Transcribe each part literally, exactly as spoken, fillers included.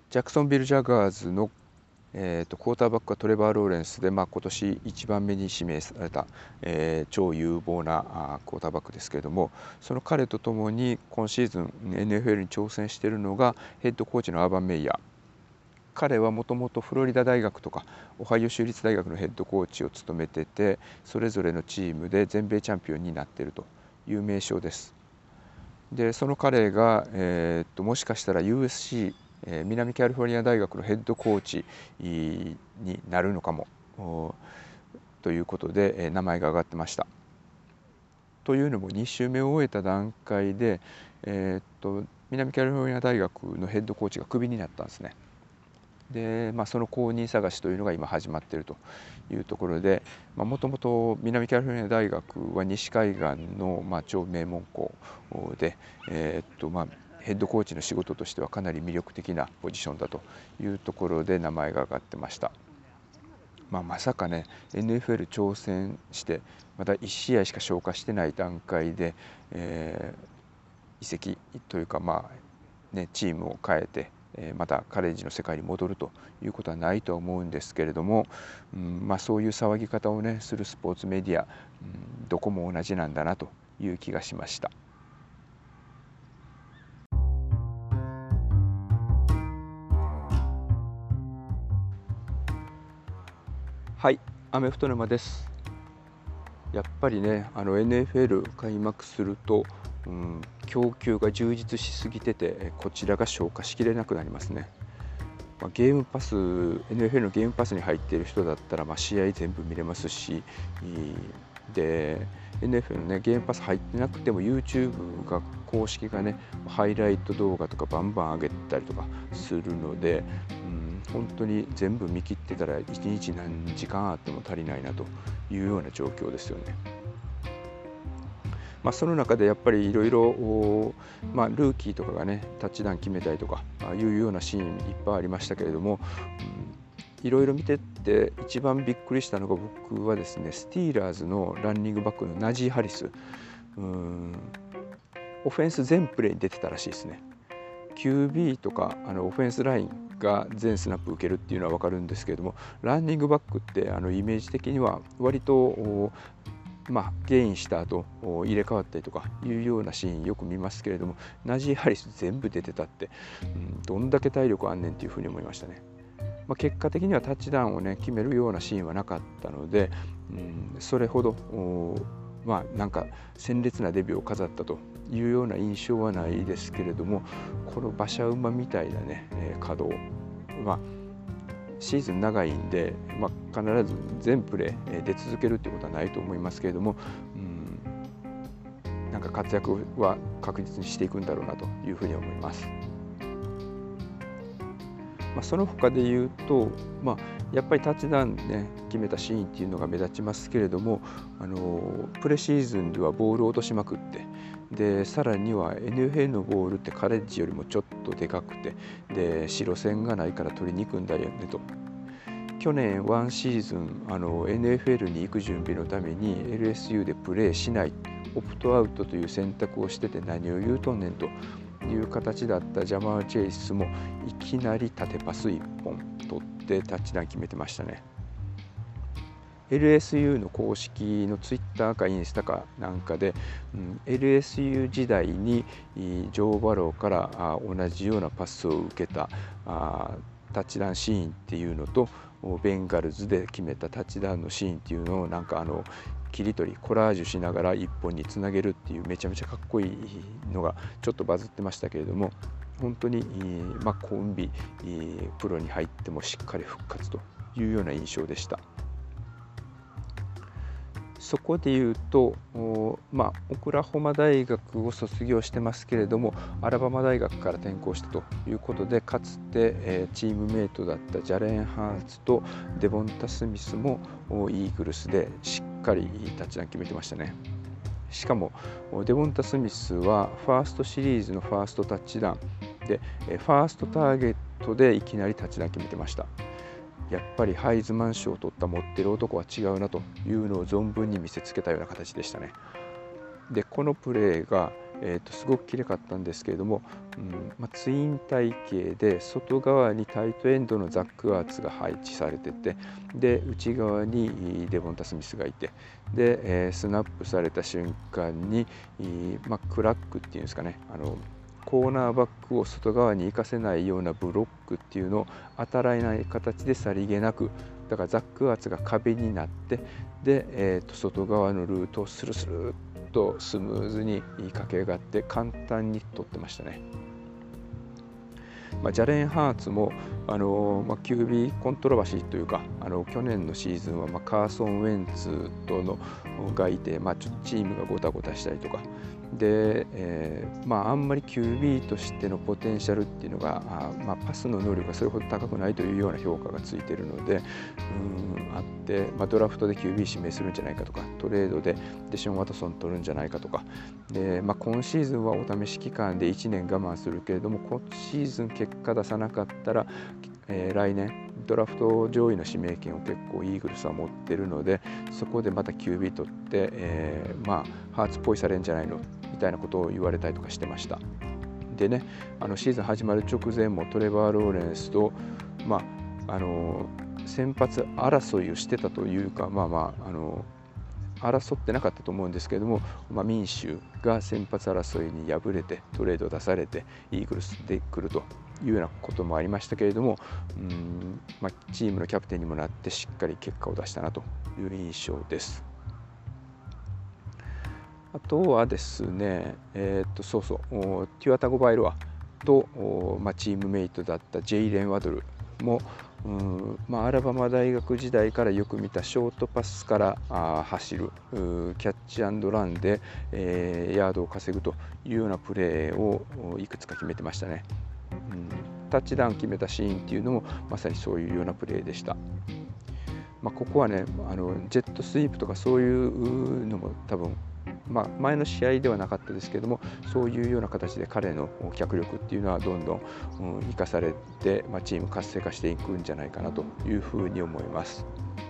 ジャクソンビル・ジャガーズの、えー、とクォーターバックはトレバー・ローレンスで、まあ、今年いちばんめに指名された、えー、超有望なあクォーターバックですけれども、その彼とともに今シーズン エヌエフエル に挑戦しているのがヘッドコーチのアーバン・メイヤー。彼はもともとフロリダ大学とかオハイオ州立大学のヘッドコーチを務めてて、それぞれのチームで全米チャンピオンになっているという名将です。でその彼が、えー、っともしかしたら ユーエスシー、えー、南カリフォルニア大学のヘッドコーチになるのかもということで、えー、名前が挙がってました。というのもに週目を終えた段階で、えー、っと南カリフォルニア大学のヘッドコーチがクビになったんですね。で、まあ、その後任探しというのが今始まっているというところで、もともと南カリフォルニア大学は西海岸の、まあ、超名門校で、えーっとまあ、ヘッドコーチの仕事としてはかなり魅力的なポジションだというところで名前が挙がってました。まあ、まさかね エヌエフエル 挑戦してまだいち試合しか消化してない段階で、えー、移籍というか、まあね、チームを変えてまたカレッジの世界に戻るということはないと思うんですけれども、うんまあ、そういう騒ぎ方をねするスポーツメディア、うん、どこも同じなんだなという気がしました。はい、アメフト沼です。やっぱりねあの エヌエフエル 開幕すると、うん、供給が充実しすぎててこちらが消化しきれなくなりますね。まあ、ゲームパス エヌエフエル のゲームパスに入っている人だったら、まあ、試合全部見れますし、で エヌエフエル の、ね、ゲームパス入ってなくても YouTube が公式がねハイライト動画とかバンバン上げたりとかするので、うん、本当に全部見切ってたらいちにち何時間あっても足りないなというような状況ですよね。まあ、その中でやっぱりいろいろルーキーとかがねタッチダウン決めたりとかいうようなシーンいっぱいありましたけれども、いろいろ見てって一番びっくりしたのが僕はですねスティーラーズのランニングバックのナジー・ハリス、うーんオフェンス全プレーに出てたらしいですね。キュービー とかあのオフェンスラインが全スナップ受けるっていうのは分かるんですけれども、ランニングバックってあのイメージ的には割とまあ、ゲインした後入れ替わったりとかいうようなシーンよく見ますけれども、ナジー・ハリス全部出てたって、うん、どんだけ体力あんねんっていうふうに思いましたね。まあ、結果的にはタッチダウンをね決めるようなシーンはなかったので、うん、それほどまあなんか鮮烈なデビューを飾ったというような印象はないですけれども、この馬車馬みたいなね稼働はシーズン長いんで、まあ、必ず全プレー出続けるっていうことはないと思いますけれども、うん、なんか活躍は確実にしていくんだろうなというふうに思います。まあ、その他で言うと、まあ、やっぱりタッチダウンね決めたシーンっていうのが目立ちますけれども、あのプレシーズンではボールを落としまくって、でさらには エヌエフエル のボールってカレッジよりもちょっとでかくて、で白線がないから取りに行くんだよねと。去年ワンシーズンあの エヌエフエル に行く準備のために エルエスユー でプレーしない、オプトアウトという選択をしてて何を言うとんねんという形だったジャマー・チェイスもいきなり縦パスいっぽん取ってタッチダウン決めてましたね。エルエスユー の公式のツイッターかインスタかなんかで、うん、エルエスユー 時代にジョー・バローからあ同じようなパスを受けたあタッチダウンシーンっていうのとベンガルズで決めたタッチダウンのシーンっていうのをなんかあの切り取りコラージュしながら一本につなげるっていうめちゃめちゃかっこいいのがちょっとバズってましたけれども、本当に、まあ、コンビプロに入ってもしっかり復活というような印象でした。そこでいうと、まあ、オクラホマ大学を卒業してますけれどもアラバマ大学から転校したということで、かつて、えー、チームメイトだったジャレン・ハーツとデボンタ・スミスもイーグルスでしっかりタッチダウン決めてましたね。しかもデボンタ・スミスはファーストシリーズのファーストタッチダウンでファーストターゲットでいきなりタッチダウン決めてました。やっぱりハイズマン賞を取った持ってる男は違うなというのを存分に見せつけたような形でしたね。でこのプレーがえー、とすごくきれかったんですけれども、うんまあ、ツイン体型で外側にタイトエンドのザック・アーツが配置されてて、で内側にデボンタ・スミスがいて、で、えー、スナップされた瞬間に、まあ、クラックっていうんですかね、あのコーナーバックを外側に行かせないようなブロックっていうのを当たらない形でさりげなく、だからザック・アーツが壁になって、で、えー、と外側のルートをスルスルっとスムーズに駆け上がって簡単に取ってましたね。まあ、ジャレン・ハーツもあの、まあ、キュービー コントロバシーというか、あの去年のシーズンは、まあ、カーソン・ウェンツとのがいて、まあ、ちょっとチームがゴタゴタしたりとかで、えーまあ、あんまり キュービー としてのポテンシャルっていうのがあ、まあ、パスの能力がそれほど高くないというような評価がついているので、うんあって、まあ、ドラフトで キュービー 指名するんじゃないかとか、トレードでデション・ワトソン取るんじゃないかとかで、まあ、今シーズンはお試し期間でいちねん我慢するけれども、今シーズン結果出さなかったら、えー、来年ドラフト上位の指名権を結構イーグルスは持ってるので、そこでまた キュービー 取って、えー、まあハーツっぽいされるんじゃないのみたいなことを言われたりとかしてました。でね、あのシーズン始まる直前もトレバー・ローレンスと、まあ、あの先発争いをしてたというか、まあまああの争ってなかったと思うんですけれども、まあ、民衆が先発争いに敗れてトレード出されてイーグルスで来るというようなこともありましたけれども、うん、まあ、チームのキャプテンにもなってしっかり結果を出したなという印象です。あとはですね、えー、っとそうそうテュアタゴバイロアと、まあ、チームメイトだったジェイレン・ワドルも、うんまあ、アラバマ大学時代からよく見たショートパスからあ走るキャッチアンドランで、えー、ヤードを稼ぐというようなプレーをいくつか決めてましたね。うん、タッチダウン決めたシーンっていうのもまさにそういうようなプレーでした。まあ、ここはね、あのジェットスイープとかそういうのも多分、まあ、前の試合ではなかったですけども、そういうような形で彼の脚力っていうのはどんどん、うん、生かされて、まあ、チーム活性化していくんじゃないかなというふうに思います。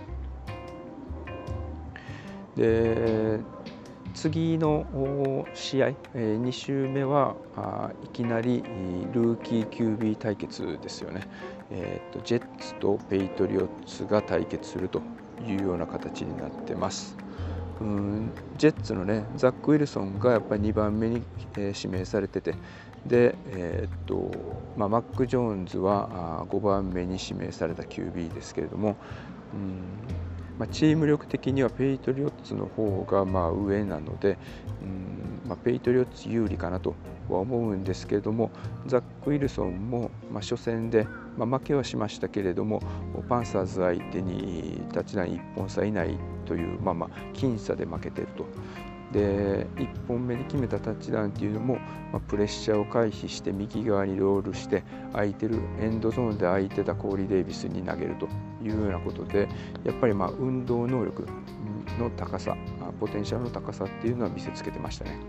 で次の試合に週目はいきなりルーキー キュービー 対決ですよね。えーと、ジェッツとペイトリオッツが対決するというような形になってます。うんジェッツのねザック・ウィルソンがやっぱりにばんめに、えー、指名されてて、で、えーとまあ、マック・ジョーンズはごばんめに指名された キュービー ですけれども、うんまあ、チーム力的にはペイトリオッツの方がまあ上なので、うんまあ、ペイトリオッツ有利かなとは思うんですけれども、ザック・ウィルソンもまあ初戦で、まあ、負けはしましたけれども、パンサーズ相手にタッチダウンいっぽん差以内という、まあ、まあ僅差で負けていると。でいっぽんめに決めたタッチダウンっていうのも、まあ、プレッシャーを回避して右側にロールして空いてるエンドゾーンで空いてたコーリー・デイビスに投げるというようなことで、やっぱりまあ運動能力の高さ、ポテンシャルの高さっていうのは見せつけてましたね。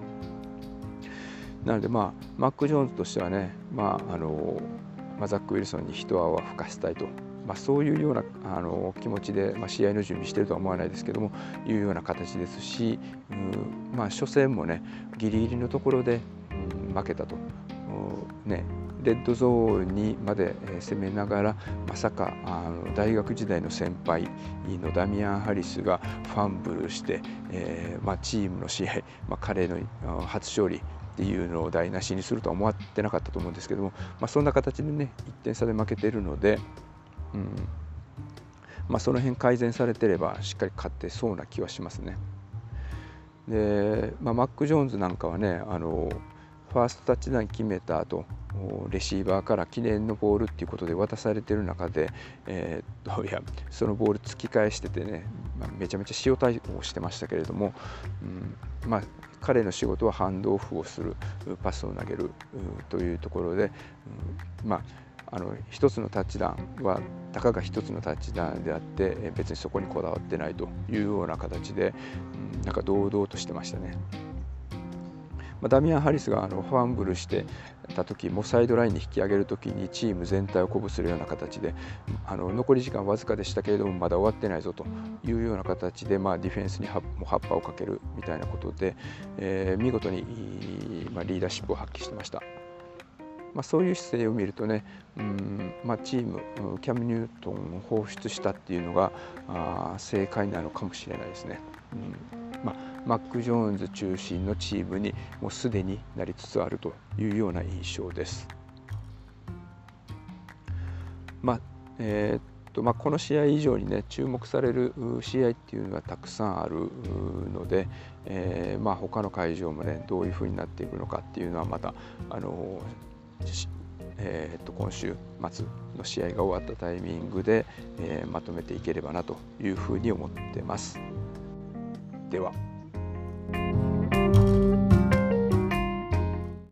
なのでまあマック・ジョーンズとしてはね、まああのまあ、ザック・ウィルソンに一泡吹かせたいと。まあ、そういうようなあの気持ちで、まあ、試合の準備しているとは思わないですけども、いうような形ですし、うんまあ、初戦もねギリギリのところで、うん、負けたと、ね、レッドゾーンにまで攻めながら、まさかあの大学時代の先輩のダミアン・ハリスがファンブルして、えーまあ、チームの試合、まあ、彼の初勝利っていうのを台無しにするとは思ってなかったと思うんですけども、まあ、そんな形でねいってん差で負けているので、うんまあ、その辺改善されてればしっかり勝ってそうな気はしますね。で、まあ、マック・ジョーンズなんかはね、あのファーストタッチダウン決めた後レシーバーから記念のボールっていうことで渡されてる中で、えー、っといやそのボール突き返しててね、まあ、めちゃめちゃ塩対応してましたけれども、うんまあ、彼の仕事はハンドオフをする、パスを投げるというところで、うん、まああの一つのタッチダウンはたかが一つのタッチダウンであって別にそこにこだわってないというような形で、うん、なんか堂々としてましたね。 まあ、ダミアン・ハリスがあのファンブルしてた時もサイドラインに引き上げる時にチーム全体を鼓舞するような形で、あの残り時間わずかでしたけれどもまだ終わってないぞというような形で、まあ、ディフェンスにはもう葉っぱをかけるみたいなことで、えー、見事に、まあ、リーダーシップを発揮してました。まあ、そういう姿勢を見るとね、うんまあ、チームキャム・ニュートンを放出したっていうのがあ正解なのかもしれないですね。うんまあ、マック・ジョーンズ中心のチームにもうすでになりつつあるというような印象です。まあえーっとまあ、この試合以上にね注目される試合っていうのはたくさんあるので、えーまあ、他の会場もねどういうふうになっていくのかっていうのはまたあのえー、と今週末の試合が終わったタイミングで、えー、まとめていければなというふうに思ってます。では。